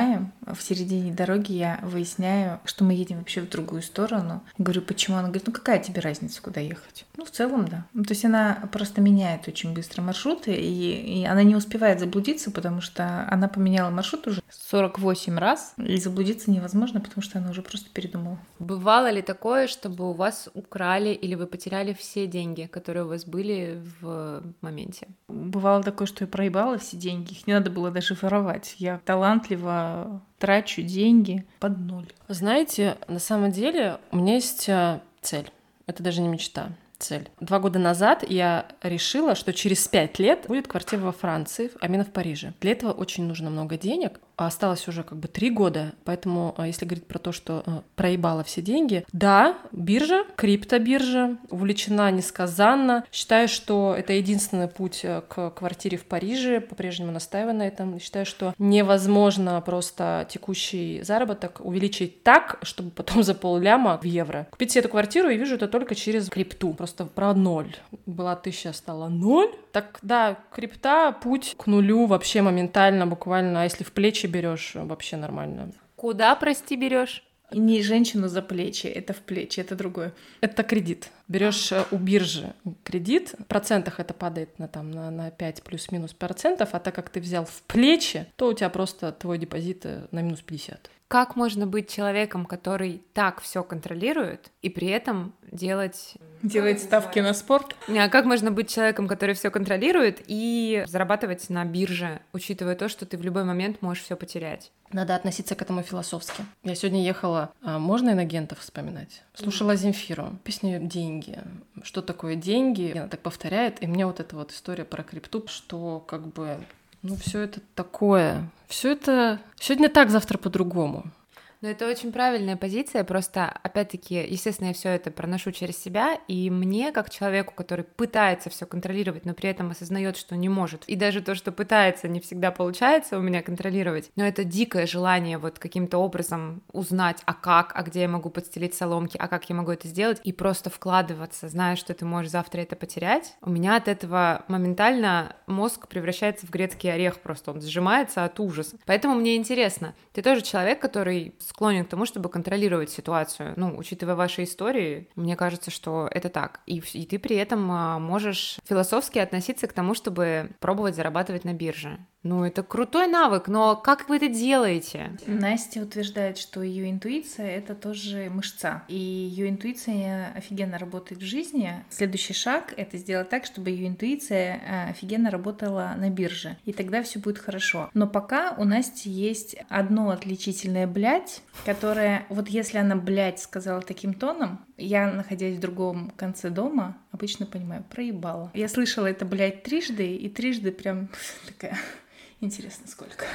В середине дороги я выясняю, что мы едем вообще в другую сторону. Говорю, почему? Она говорит, ну какая тебе разница, куда ехать? Ну, в целом, да. Ну, то есть она просто меняет очень быстро маршруты, и, и она не успевает заблудиться, потому что она поменяла маршрут уже сорок восемь раз, и заблудиться невозможно, потому что она уже просто передумала. Бывало ли такое, чтобы у вас украли или вы потеряли все деньги, которые у вас были в моменте? Бывало такое, что я проебала все деньги, их не надо было даже воровать. Я талантливо трачу деньги под ноль. Знаете, на самом деле у меня есть цель. Это даже не мечта. Цель. Два года назад я решила, что через пять лет будет квартира во Франции, а именно в Париже. Для этого очень нужно много денег, а осталось уже как бы три года, поэтому если говорить про то, что проебала все деньги, да, биржа, криптобиржа, увлечена несказанно. Считаю, что это единственный путь к квартире в Париже, по-прежнему настаиваю на этом. Считаю, что невозможно просто текущий заработок увеличить так, чтобы потом за полляма в евро купить себе эту квартиру, и вижу это только через крипту. Просто про ноль. Была тысяча, стала ноль. Так, да, крипта, путь к нулю вообще моментально, буквально. А если в плечи берешь, вообще нормально. Куда, прости, берешь? Не женщину за плечи, это в плечи, это другое. Это кредит. Берешь у биржи кредит, в процентах это падает на, там, на, на пять плюс-минус процентов, а так как ты взял в плечи, то у тебя просто твой депозит на минус пятьдесят. Как можно быть человеком, который так все контролирует, и при этом делать... Делать ставки на спорт? А как можно быть человеком, который все контролирует, и зарабатывать на бирже, учитывая то, что ты в любой момент можешь все потерять? Надо относиться к этому философски. Я сегодня ехала, а можно инагентов вспоминать? Слушала Земфиру, песню «Деньги». Что такое деньги? Она так повторяет, и мне вот эта вот история про крипту, что как бы... Ну, все это такое. Все это сегодня так, завтра по-другому. Но это очень правильная позиция, просто, опять-таки, естественно, я все это проношу через себя, и мне, как человеку, который пытается все контролировать, но при этом осознает, что не может, и даже то, что пытается, не всегда получается у меня контролировать, но это дикое желание вот каким-то образом узнать, а как, а где я могу подстелить соломки, а как я могу это сделать, и просто вкладываться, зная, что ты можешь завтра это потерять, у меня от этого моментально мозг превращается в грецкий орех, просто он сжимается от ужаса. Поэтому мне интересно, ты тоже человек, который склонен к тому, чтобы контролировать ситуацию. Ну, учитывая ваши истории, мне кажется, что это так. И, и ты при этом можешь философски относиться к тому, чтобы пробовать зарабатывать на бирже. Ну, это крутой навык, но как вы это делаете? Настя утверждает, что ее интуиция — это тоже мышца. И ее интуиция офигенно работает в жизни. Следующий шаг — это сделать так, чтобы ее интуиция офигенно работала на бирже. И тогда все будет хорошо. Но пока у Насти есть одно отличительное блядь, которое, вот если она блядь сказала таким тоном, я, находясь в другом конце дома, обычно понимаю, проебала. Я слышала это блядь трижды, и трижды прям такая... Интересно, сколько?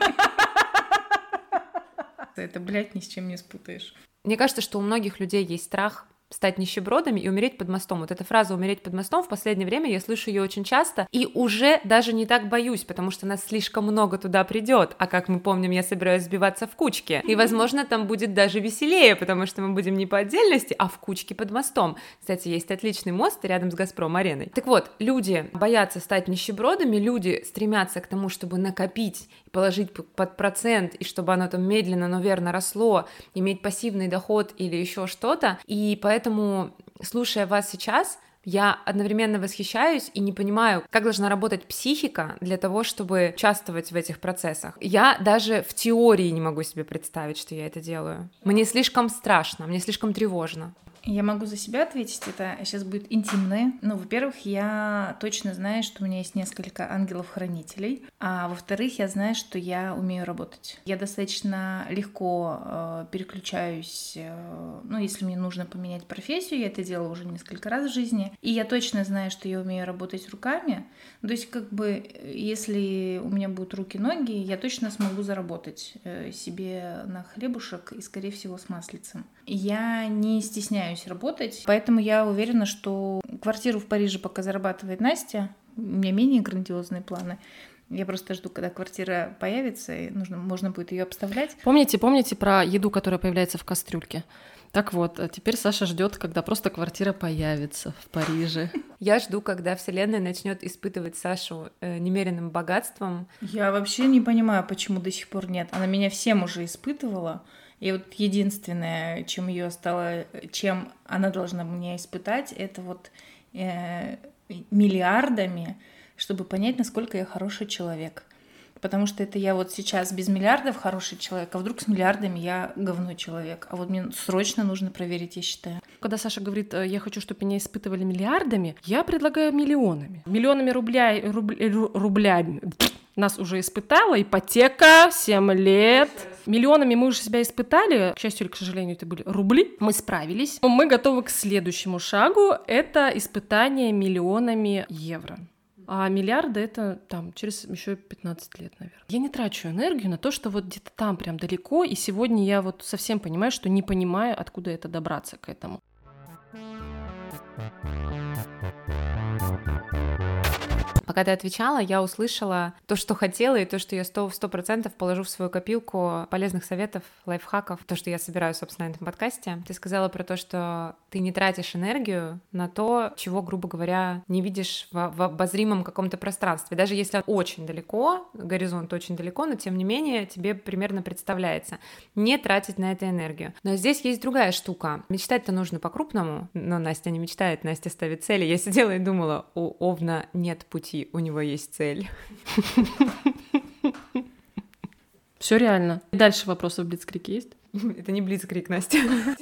Это, блядь, ни с чем не спутаешь. Мне кажется, что у многих людей есть страх стать нищебродами и умереть под мостом. Вот эта фраза «умереть под мостом» в последнее время я слышу ее очень часто, и уже даже не так боюсь, потому что нас слишком много туда придет. А как мы помним, я собираюсь сбиваться в кучке. И, возможно, там будет даже веселее, потому что мы будем не по отдельности, а в кучке под мостом. Кстати, есть отличный мост рядом с «Газпром-ареной». Так вот, люди боятся стать нищебродами, люди стремятся к тому, чтобы накопить и положить под процент, и чтобы оно там медленно, но верно росло, иметь пассивный доход или еще что-то. И поэтому Поэтому, слушая вас сейчас, я одновременно восхищаюсь и не понимаю, как должна работать психика для того, чтобы участвовать в этих процессах. Я даже в теории не могу себе представить, что я это делаю. Мне слишком страшно, мне слишком тревожно. Я могу за себя ответить, это сейчас будет интимное. Ну, во-первых, я точно знаю, что у меня есть несколько ангелов-хранителей, а во-вторых, я знаю, что я умею работать. Я достаточно легко э, переключаюсь, э, ну, если мне нужно поменять профессию, я это делала уже несколько раз в жизни, и я точно знаю, что я умею работать руками. То есть, как бы, если у меня будут руки-ноги, я точно смогу заработать э, себе на хлебушек и, скорее всего, с маслицем. Я не стесняюсь работать, поэтому я уверена, что квартиру в Париже пока зарабатывает Настя. У меня менее грандиозные планы. Я просто жду, когда квартира появится, и нужно, можно будет ее обставлять. Помните, помните про еду, которая появляется в кастрюльке? Так вот, а теперь Саша ждет, когда просто квартира появится в Париже. Я жду, когда Вселенная начнет испытывать Сашу э, немеренным богатством. Я вообще не понимаю, почему до сих пор нет. Она меня всем уже испытывала. И вот единственное, чем ее стало, чем она должна меня испытать, это вот э, миллиардами, чтобы понять, насколько я хороший человек. Потому что это я вот сейчас без миллиардов хороший человек, а вдруг с миллиардами я говно человек. А вот мне срочно нужно проверить, я считаю. Когда Саша говорит, я хочу, чтобы меня испытывали миллиардами, я предлагаю миллионами. Миллионами рубля, руб, рублями. Нас уже испытала ипотека, семь лет. Миллионами мы уже себя испытали. К счастью или к сожалению, это были рубли. Мы справились. Мы готовы к следующему шагу. Это испытание миллионами евро. А миллиарды — это там через еще пятнадцать лет, наверное. Я не трачу энергию на то, что вот где-то там прям далеко, и сегодня я вот совсем понимаю, что не понимаю, откуда это добраться к этому. Пока ты отвечала, я услышала то, что хотела, и то, что я сто процентов положу в свою копилку полезных советов, лайфхаков, то, что я собираю, собственно, на этом подкасте. Ты сказала про то, что ты не тратишь энергию на то, чего, грубо говоря, не видишь в, в обозримом каком-то пространстве. Даже если очень далеко, горизонт очень далеко, но тем не менее тебе примерно представляется. Не тратить на это энергию. Но здесь есть другая штука. Мечтать-то нужно по-крупному, но Настя не мечтает, Настя ставит цели. Я сидела и думала, у Овна нет пути, у него есть цель. Все реально. И дальше вопросы в Блицкриге есть? Это не Блицкриг, Настя.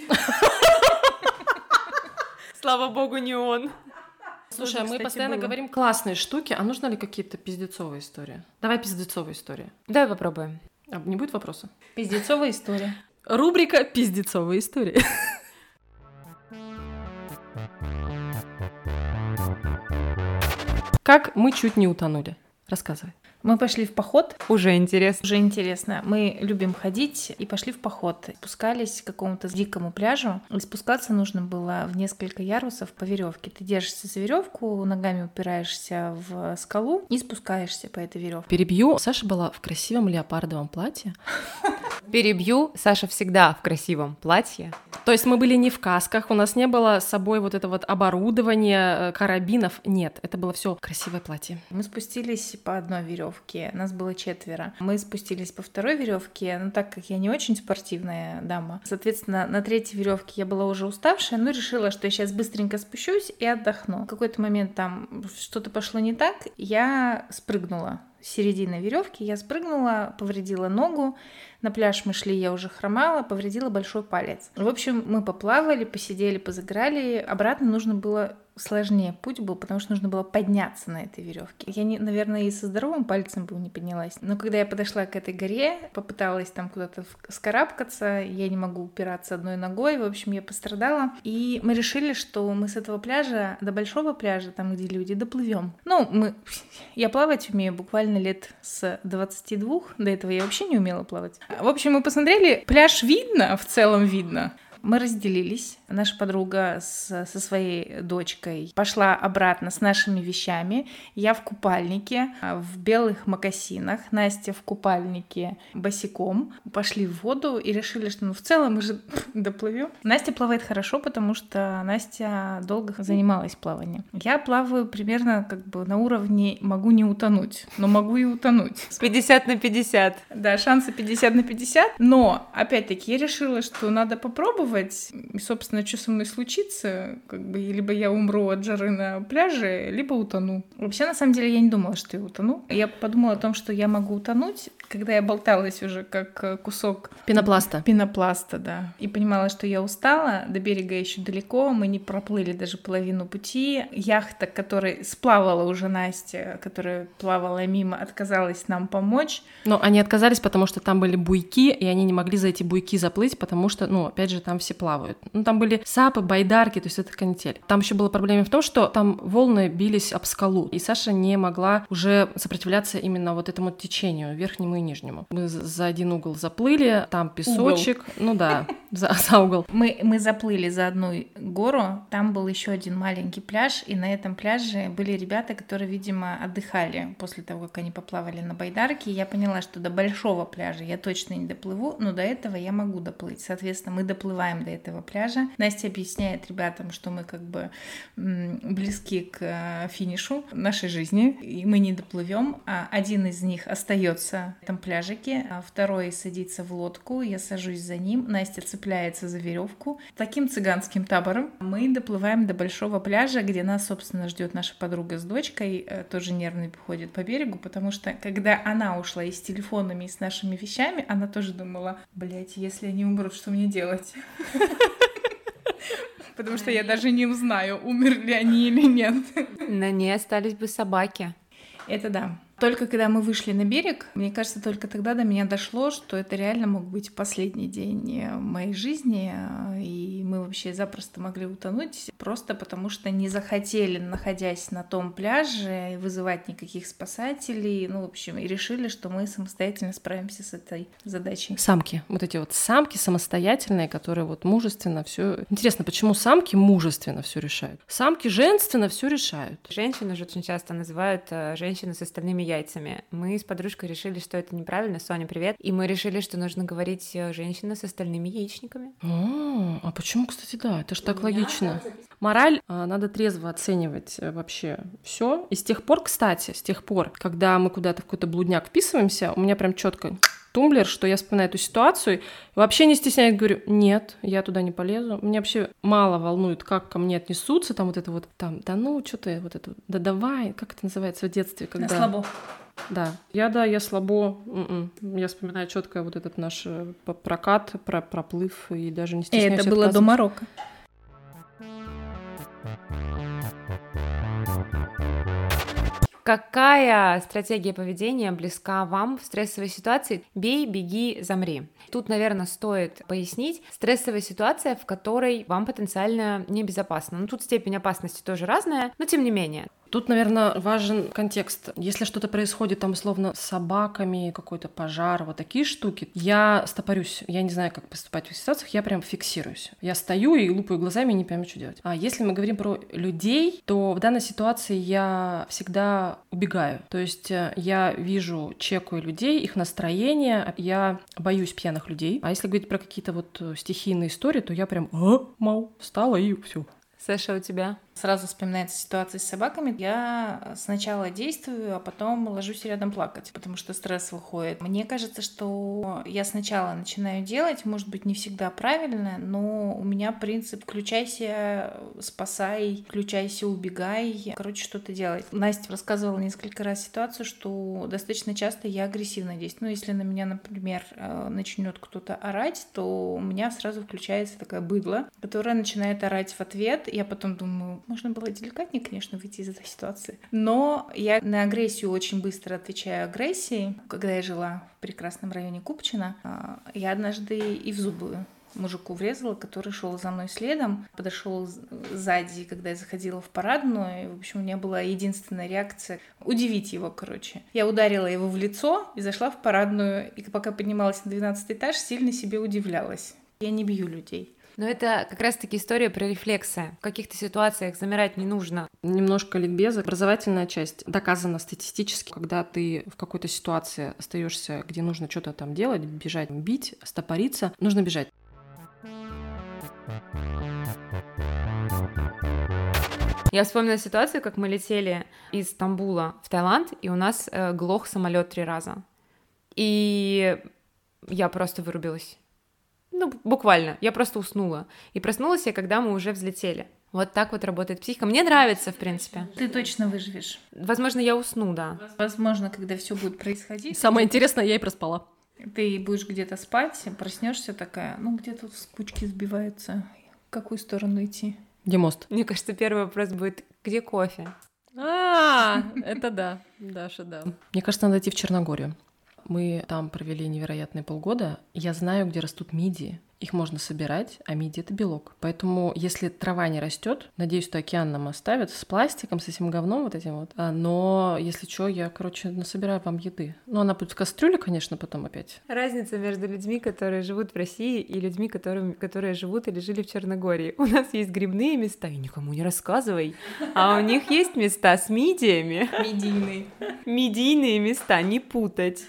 Слава богу, не он. Слушай, а мы постоянно говорим классные штуки, а нужно ли какие-то пиздецовые истории? Давай пиздецовые истории. Давай попробуем. А не будет вопроса? Пиздецовая история. Рубрика «Пиздецовые истории». Как мы чуть не утонули? Рассказывай. Мы пошли в поход. Уже интересно. Уже интересно. Мы любим ходить и пошли в поход. Спускались к какому-то дикому пляжу. И спускаться нужно было в несколько ярусов по веревке. Ты держишься за веревку, ногами упираешься в скалу и спускаешься по этой веревке. Перебью. Саша была в красивом леопардовом платье. Перебью. Саша всегда в красивом платье. То есть мы были не в касках, у нас не было с собой вот это вот оборудование, карабинов. Нет, это было все красивое платье. Мы спустились по одной веревке, нас было четверо. Мы спустились по второй веревке, но так как я не очень спортивная дама, соответственно, на третьей веревке я была уже уставшая, но решила, что я сейчас быстренько спущусь и отдохну. В какой-то момент там что-то пошло не так, я спрыгнула. С середины веревки я спрыгнула, повредила ногу. На пляж мы шли, я уже хромала, повредила большой палец. В общем, мы поплавали, посидели, позаграли. Обратно нужно было сложнее путь был, потому что нужно было подняться на этой веревке. Я, не, наверное, и со здоровым пальцем бы не поднялась. Но когда я подошла к этой горе, попыталась там куда-то вскарабкаться, я не могу упираться одной ногой. В общем, я пострадала. И мы решили, что мы с этого пляжа до большого пляжа, там, где люди, доплывем. Ну, мы... я плавать умею буквально лет с двадцати двух. До этого я вообще не умела плавать. В общем, мы посмотрели, пляж видно, в целом видно. Мы разделились. Наша подруга с, со своей дочкой пошла обратно с нашими вещами. Я в купальнике, в белых мокасинах. Настя в купальнике босиком. Пошли в воду и решили, что ну в целом мы же доплывем. Настя плавает хорошо, потому что Настя долго занималась плаванием. Я плаваю примерно как бы на уровне могу не утонуть, но могу и утонуть. пятьдесят на пятьдесят. Да, шансы пятьдесят на пятьдесят. Но, опять-таки, я решила, что надо попробовать. И, собственно, что со мной случится, как бы, либо я умру от жары на пляже, либо утону. Вообще, на самом деле, я не думала, что я утону. Я подумала о том, что я могу утонуть, когда я болталась уже как кусок пенопласта. Пенопласта, да. И понимала, что я устала, до берега еще далеко, мы не проплыли даже половину пути. Яхта, которой сплавала уже Настя, которая плавала мимо, отказалась нам помочь. Но они отказались, потому что там были буйки, и они не могли за эти буйки заплыть, потому что, ну, опять же, там все плавают. Ну, там были сапы, байдарки, то есть это канитель. Там еще была проблема в том, что там волны бились об скалу, и Саша не могла уже сопротивляться именно вот этому течению, верхнему и нижнему. Мы за один угол заплыли, там песочек, угол. Ну да, За, за угол. Мы, мы заплыли за одну гору, там был еще один маленький пляж, и на этом пляже были ребята, которые, видимо, отдыхали после того, как они поплавали на байдарке. И я поняла, что до большого пляжа я точно не доплыву, но до этого я могу доплыть. Соответственно, мы доплываем до этого пляжа. Настя объясняет ребятам, что мы как бы м, близки к финишу нашей жизни, и мы не доплывем. А один из них остается на этом пляжике, а второй садится в лодку, я сажусь за ним, Настя цепляется за веревку. Таким цыганским табором мы доплываем до большого пляжа, где нас, собственно, ждет наша подруга с дочкой, тоже нервно ходит по берегу, потому что когда она ушла и с телефонами, и с нашими вещами, она тоже думала: блять, если они умрут, что мне делать? Потому что я даже не узнаю, умерли они или нет. На ней остались бы собаки. Это да. Только когда мы вышли на берег, мне кажется, только тогда до меня дошло, что это реально мог быть последний день моей жизни, и мы вообще запросто могли утонуть, просто потому что не захотели, находясь на том пляже, вызывать никаких спасателей, ну, в общем, и решили, что мы самостоятельно справимся с этой задачей. Самки, вот эти вот самки самостоятельные, которые вот мужественно все. Интересно, почему самки мужественно все решают? Самки женственно все решают. Женщины же очень часто называют женщины с остальными яйцами. Мы с подружкой решили, что это неправильно. Соня, привет. И мы решили, что нужно говорить женщина с остальными яичниками. А, а почему, кстати, да? Это же так логично. Мораль а, надо трезво оценивать вообще все. И с тех пор, кстати, с тех пор, когда мы куда-то в какой-то блудняк вписываемся, у меня прям четко тумблер, что я вспоминаю эту ситуацию, вообще не стесняюсь, говорю: нет, я туда не полезу. Меня вообще мало волнует, как ко мне отнесутся, там вот это вот, там, да ну, что ты, вот это, да давай, как это называется в детстве, когда... На слабо. Да, я, да, я слабо, м-м. Я вспоминаю четко вот этот наш прокат, про проплыв, и даже не стесняюсь. Это было до Марокко. Какая стратегия поведения близка вам в стрессовой ситуации? Бей, беги, замри. Тут, наверное, стоит пояснить. Стрессовая ситуация, в которой вам потенциально небезопасно. Ну, тут степень опасности тоже разная, но тем не менее. Тут, наверное, важен контекст. Если что-то происходит там условно с собаками, какой-то пожар, вот такие штуки, я стопорюсь, я не знаю, как поступать в этих ситуациях, я прям фиксируюсь. Я стою и лупаю глазами и не понимаю, что делать. А если мы говорим про людей, то в данной ситуации я всегда убегаю. То есть я вижу, чекаю людей, их настроение, я боюсь пьяных людей. А если говорить про какие-то вот стихийные истории, то я прям а, мау, встала и все. Саша, у тебя? Сразу вспоминается ситуация с собаками. Я сначала действую, а потом ложусь рядом плакать, потому что стресс выходит. Мне кажется, что я сначала начинаю делать, может быть, не всегда правильно, но у меня принцип: включайся, спасай, включайся, убегай. Короче, что-то делать. Настя рассказывала несколько раз ситуацию, что достаточно часто я агрессивно действую. Ну, если на меня, например, начнет кто-то орать, то у меня сразу включается такая быдло, которая начинает орать в ответ. Я потом думаю, можно было деликатнее, конечно, выйти из этой ситуации. Но я на агрессию очень быстро отвечаю агрессией. Когда я жила в прекрасном районе Купчино, я однажды и в зубы мужику врезала, который шел за мной следом, подошел сзади, когда я заходила в парадную, и, в общем, у меня была единственная реакция — удивить его, короче. Я ударила его в лицо и зашла в парадную, и пока поднималась на двенадцатый этаж, сильно себе удивлялась. Я не бью людей. Но это как раз-таки история про рефлексы. В каких-то ситуациях замирать не нужно. Немножко ликбеза. Образовательная часть доказана статистически. Когда ты в какой-то ситуации остаешься, где нужно что-то там делать, бежать, бить, стопориться, нужно бежать. Я вспомнила ситуацию, как мы летели из Стамбула в Таиланд, и у нас э, глох самолет три раза. И я просто вырубилась. Ну, буквально. Я просто уснула. И проснулась я, когда мы уже взлетели. Вот так вот работает психика. Мне нравится, в принципе. Ты точно выживешь. Возможно, я усну, да. Возможно, когда все будет происходить. Самое интересное, я и проспала. Ты будешь где-то спать, проснешься такая, ну, где-то с кучки сбиваются. В какую сторону идти? Где мост? Мне кажется, первый вопрос будет: где кофе? А, это да. Даша, да. Мне кажется, надо идти в Черногорию. Мы там провели невероятные полгода. Я знаю, где растут мидии. их можно собирать, а мидии — это белок. Поэтому, если трава не растет, надеюсь, что океан нам оставят с пластиком, с этим говном вот этим вот. А, но, если что, я, короче, насобираю вам еды. Ну, она будет в кастрюле, конечно, потом опять. Разница между людьми, которые живут в России, и людьми, которые, которые живут или жили в Черногории. У нас есть грибные места, и никому не рассказывай. А у них есть места с мидиями. Мидийные. Мидийные места, не путать.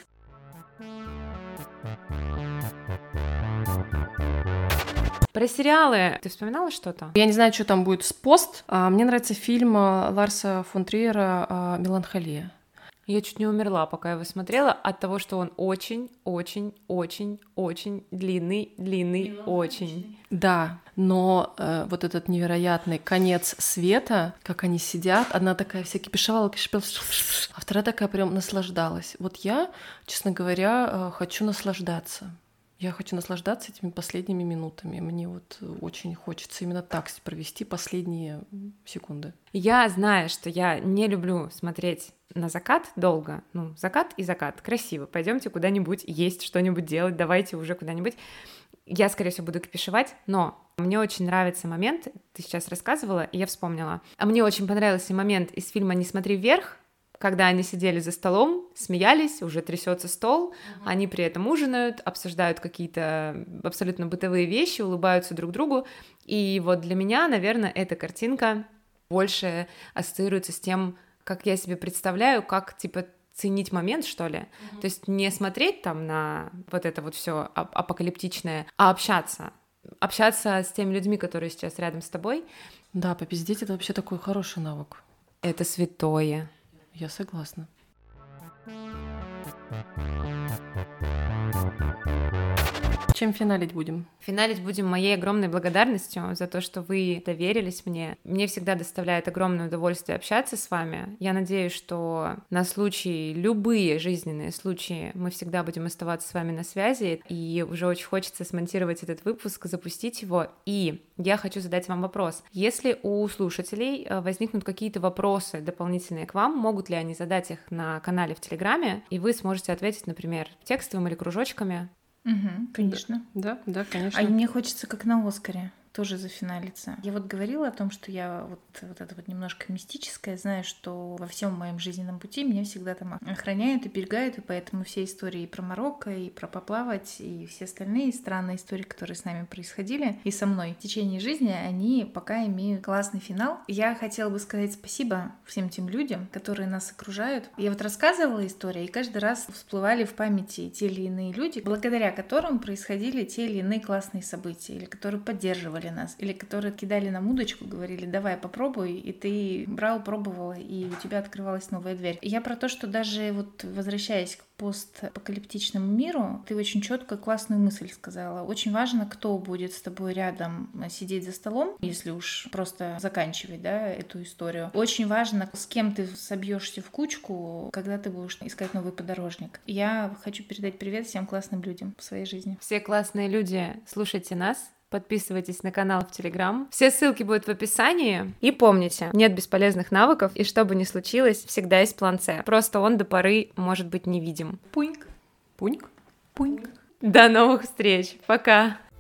Про сериалы ты вспоминала что-то? Я не знаю, что там будет с пост. А, мне нравится фильм а, Ларса фон Триера а, «Меланхолия». Я чуть не умерла, пока его смотрела, от того, что он очень-очень-очень-очень длинный, длинный, очень. Да, но э, вот этот невероятный конец света, как они сидят, одна такая вся кипишевала, кипишевала, а вторая такая прям наслаждалась. Вот я, честно говоря, э, хочу наслаждаться. Я хочу наслаждаться этими последними минутами. Мне вот очень хочется именно так провести последние секунды. Я знаю, что я не люблю смотреть на закат долго. Ну, закат и закат. Красиво. Пойдемте куда-нибудь есть, что-нибудь делать, давайте уже куда-нибудь. Я, скорее всего, буду кипишевать, но мне очень нравится момент, ты сейчас рассказывала, и я вспомнила. А мне очень понравился момент из фильма «Не смотри вверх», когда они сидели за столом, смеялись, уже трясется стол, uh-huh. они при этом ужинают, обсуждают какие-то абсолютно бытовые вещи, улыбаются друг другу. И вот для меня, наверное, эта картинка больше ассоциируется с тем, как я себе представляю, как, типа, ценить момент, что ли. Uh-huh. То есть не смотреть там на вот это вот все апокалиптичное, а общаться. Общаться с теми людьми, которые сейчас рядом с тобой. Да, попиздеть — это вообще такой хороший навык. Это святое. Я согласна. Чем финалить будем? Финалить будем моей огромной благодарностью за то, что вы доверились мне. Мне всегда доставляет огромное удовольствие общаться с вами. Я надеюсь, что на случай, любые жизненные случаи, мы всегда будем оставаться с вами на связи. И уже очень хочется смонтировать этот выпуск, запустить его. И я хочу задать вам вопрос. Если у слушателей возникнут какие-то вопросы дополнительные к вам, могут ли они задать их на канале в Телеграме, и вы сможете ответить, например, текстовым или кружочками? Угу, конечно. Да, да, конечно. А мне хочется, как на Оскаре, тоже зафиналиться. Я вот говорила о том, что я вот, вот это вот немножко мистическое, знаю, что во всем моем жизненном пути меня всегда там охраняют, оберегают, и поэтому все истории и про Марокко, и про поплавать, и все остальные странные истории, которые с нами происходили, и со мной в течение жизни, они пока имеют классный финал. Я хотела бы сказать спасибо всем тем людям, которые нас окружают. Я вот рассказывала истории, и каждый раз всплывали в памяти те или иные люди, благодаря которым происходили те или иные классные события, или которые поддерживали нас, или которые кидали нам удочку, говорили: давай попробуй, и ты брал, пробовал, и у тебя открывалась новая дверь. Я про то, что даже вот возвращаясь к постапокалиптичному миру, ты очень четко классную мысль сказала. Очень важно, кто будет с тобой рядом сидеть за столом, если уж просто заканчивать, да, эту историю. Очень важно, с кем ты собьешься в кучку, когда ты будешь искать новый подорожник. Я хочу передать привет всем классным людям в своей жизни. Все классные люди, слушайте нас. Подписывайтесь на канал в Телеграм. Все ссылки будут в описании. И помните, нет бесполезных навыков, и что бы ни случилось, всегда есть план С. Просто он до поры может быть невидим. Пуньк. Пуньк. Пуньк. До новых встреч. Пока.